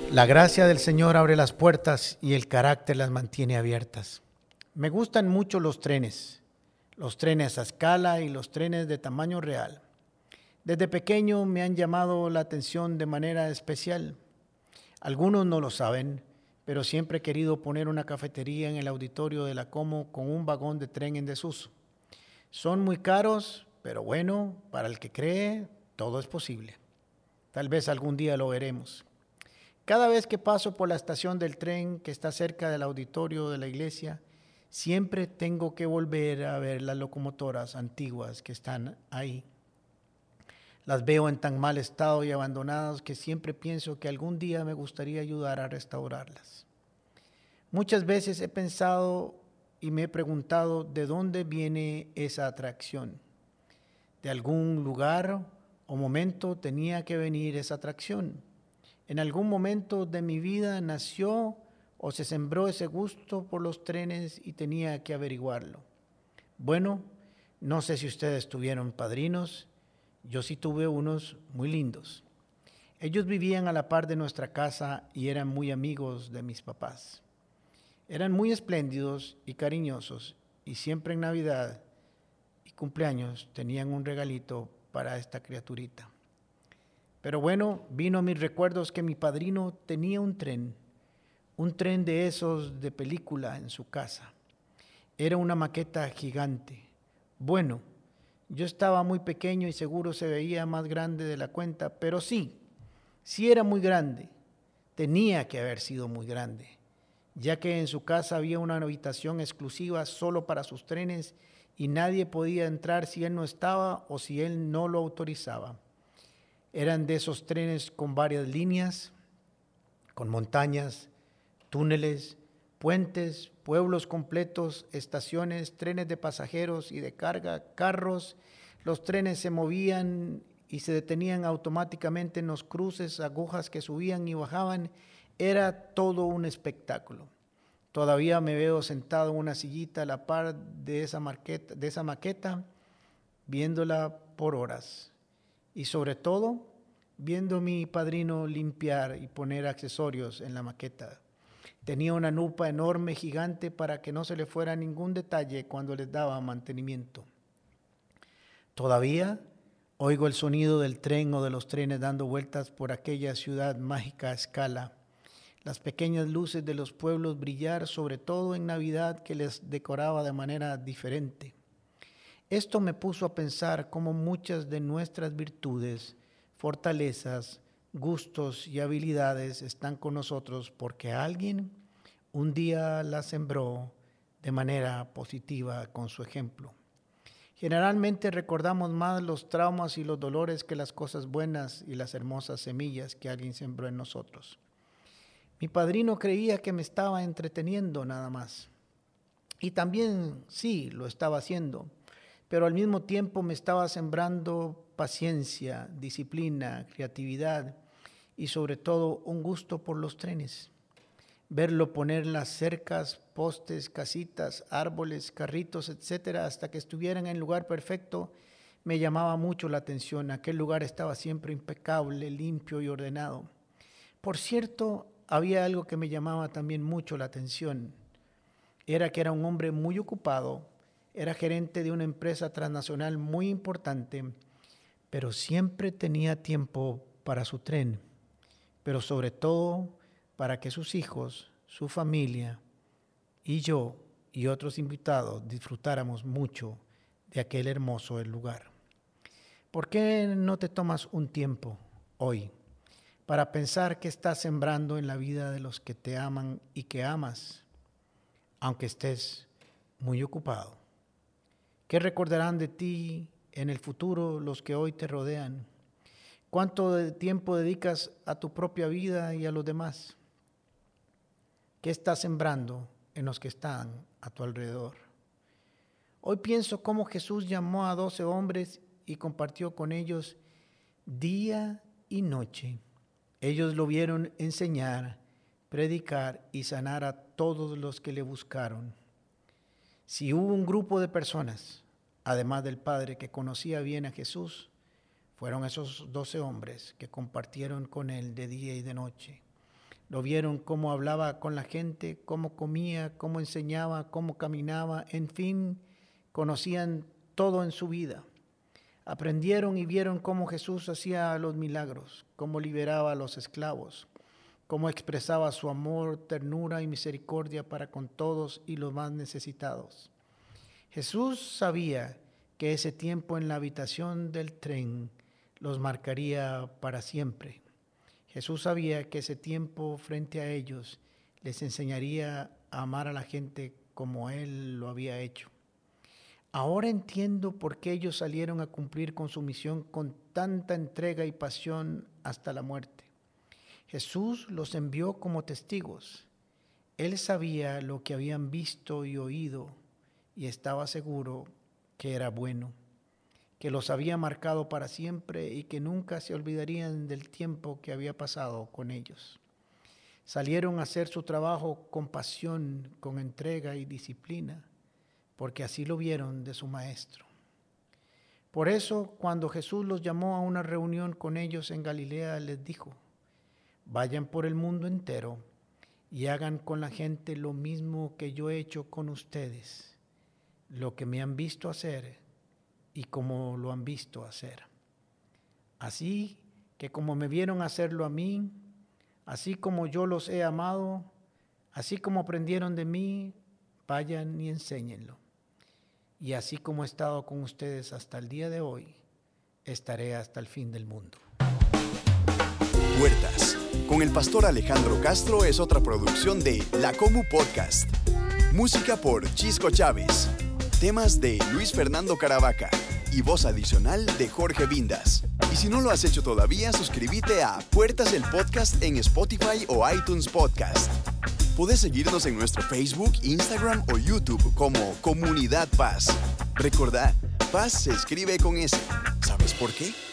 La gracia del Señor abre las puertas y el carácter las mantiene abiertas. Me gustan mucho los trenes a escala y los trenes de tamaño real. Desde pequeño me han llamado la atención de manera especial. Algunos no lo saben, pero siempre he querido poner una cafetería en el auditorio de la Como con un vagón de tren en desuso. Son muy caros, pero bueno, para el que cree, todo es posible. Tal vez algún día lo veremos. Cada vez que paso por la estación del tren que está cerca del auditorio de la iglesia, siempre tengo que volver a ver las locomotoras antiguas que están ahí. Las veo en tan mal estado y abandonadas que siempre pienso que algún día me gustaría ayudar a restaurarlas. Muchas veces he pensado y me he preguntado de dónde viene esa atracción. De algún lugar o momento tenía que venir esa atracción. En algún momento de mi vida nació o se sembró ese gusto por los trenes y tenía que averiguarlo. Bueno, no sé si ustedes tuvieron padrinos, yo sí tuve unos muy lindos. Ellos vivían a la par de nuestra casa y eran muy amigos de mis papás. Eran muy espléndidos y cariñosos y siempre en Navidad y cumpleaños tenían un regalito para esta criaturita. Pero bueno, vino a mis recuerdos que mi padrino tenía un tren de esos de película en su casa. Era una maqueta gigante. Bueno, yo estaba muy pequeño y seguro se veía más grande de la cuenta, pero sí era muy grande. Tenía que haber sido muy grande, ya que en su casa había una habitación exclusiva solo para sus trenes y nadie podía entrar si él no estaba o si él no lo autorizaba. Eran de esos trenes con varias líneas, con montañas, túneles, puentes, pueblos completos, estaciones, trenes de pasajeros y de carga, carros. Los trenes se movían y se detenían automáticamente en los cruces, agujas que subían y bajaban. Era todo un espectáculo. Todavía me veo sentado en una sillita a la par de esa maqueta, viéndola por horas. Y sobre todo, viendo a mi padrino limpiar y poner accesorios en la maqueta. Tenía una lupa enorme, gigante, para que no se le fuera ningún detalle cuando les daba mantenimiento. Todavía oigo el sonido del tren o de los trenes dando vueltas por aquella ciudad mágica a escala. Las pequeñas luces de los pueblos brillar, sobre todo en Navidad, que les decoraba de manera diferente. Esto me puso a pensar cómo muchas de nuestras virtudes, fortalezas, gustos y habilidades están con nosotros porque alguien un día las sembró de manera positiva con su ejemplo. Generalmente recordamos más los traumas y los dolores que las cosas buenas y las hermosas semillas que alguien sembró en nosotros. Mi padrino creía que me estaba entreteniendo nada más. Y también sí, lo estaba haciendo, pero al mismo tiempo me estaba sembrando paciencia, disciplina, creatividad y sobre todo un gusto por los trenes. Verlo poner las cercas, postes, casitas, árboles, carritos, etcétera, hasta que estuvieran en el lugar perfecto, me llamaba mucho la atención. Aquel lugar estaba siempre impecable, limpio y ordenado. Por cierto, había algo que me llamaba también mucho la atención. Era que era un hombre muy ocupado, era gerente de una empresa transnacional muy importante, pero siempre tenía tiempo para su tren, pero sobre todo para que sus hijos, su familia y yo y otros invitados disfrutáramos mucho de aquel hermoso lugar. ¿Por qué no te tomas un tiempo hoy para pensar qué estás sembrando en la vida de los que te aman y que amas, aunque estés muy ocupado? ¿Qué recordarán de ti en el futuro los que hoy te rodean? ¿Cuánto tiempo dedicas a tu propia vida y a los demás? ¿Qué estás sembrando en los que están a tu alrededor? Hoy pienso cómo Jesús llamó a 12 hombres y compartió con ellos día y noche. Ellos lo vieron enseñar, predicar y sanar a todos los que le buscaron. Si hubo un grupo de personas, además del Padre, que conocía bien a Jesús, fueron esos 12 hombres que compartieron con él de día y de noche. Lo vieron cómo hablaba con la gente, cómo comía, cómo enseñaba, cómo caminaba, en fin, conocían todo en su vida. Aprendieron y vieron cómo Jesús hacía los milagros, cómo liberaba a los esclavos, cómo expresaba su amor, ternura y misericordia para con todos y los más necesitados. Jesús sabía que ese tiempo en la habitación del tren los marcaría para siempre. Jesús sabía que ese tiempo frente a ellos les enseñaría a amar a la gente como Él lo había hecho. Ahora entiendo por qué ellos salieron a cumplir con su misión con tanta entrega y pasión hasta la muerte. Jesús los envió como testigos. Él sabía lo que habían visto y oído y estaba seguro que era bueno, que los había marcado para siempre y que nunca se olvidarían del tiempo que había pasado con ellos. Salieron a hacer su trabajo con pasión, con entrega y disciplina, porque así lo vieron de su maestro. Por eso, cuando Jesús los llamó a una reunión con ellos en Galilea, les dijo: vayan por el mundo entero y hagan con la gente lo mismo que yo he hecho con ustedes, lo que me han visto hacer y como lo han visto hacer. Así que como me vieron hacerlo a mí, así como yo los he amado, así como aprendieron de mí, vayan y enséñenlo. Y así como he estado con ustedes hasta el día de hoy, estaré hasta el fin del mundo. Puertas, con el pastor Alejandro Castro, es otra producción de La Comu Podcast. Música por Chisco Chávez. Temas de Luis Fernando Caravaca y voz adicional de Jorge Vindas. Y si no lo has hecho todavía, suscríbete a Puertas el Podcast en Spotify o iTunes Podcast. Puedes seguirnos en nuestro Facebook, Instagram o YouTube como Comunidad Paz. Recordá, Paz se escribe con S. ¿Sabes por qué?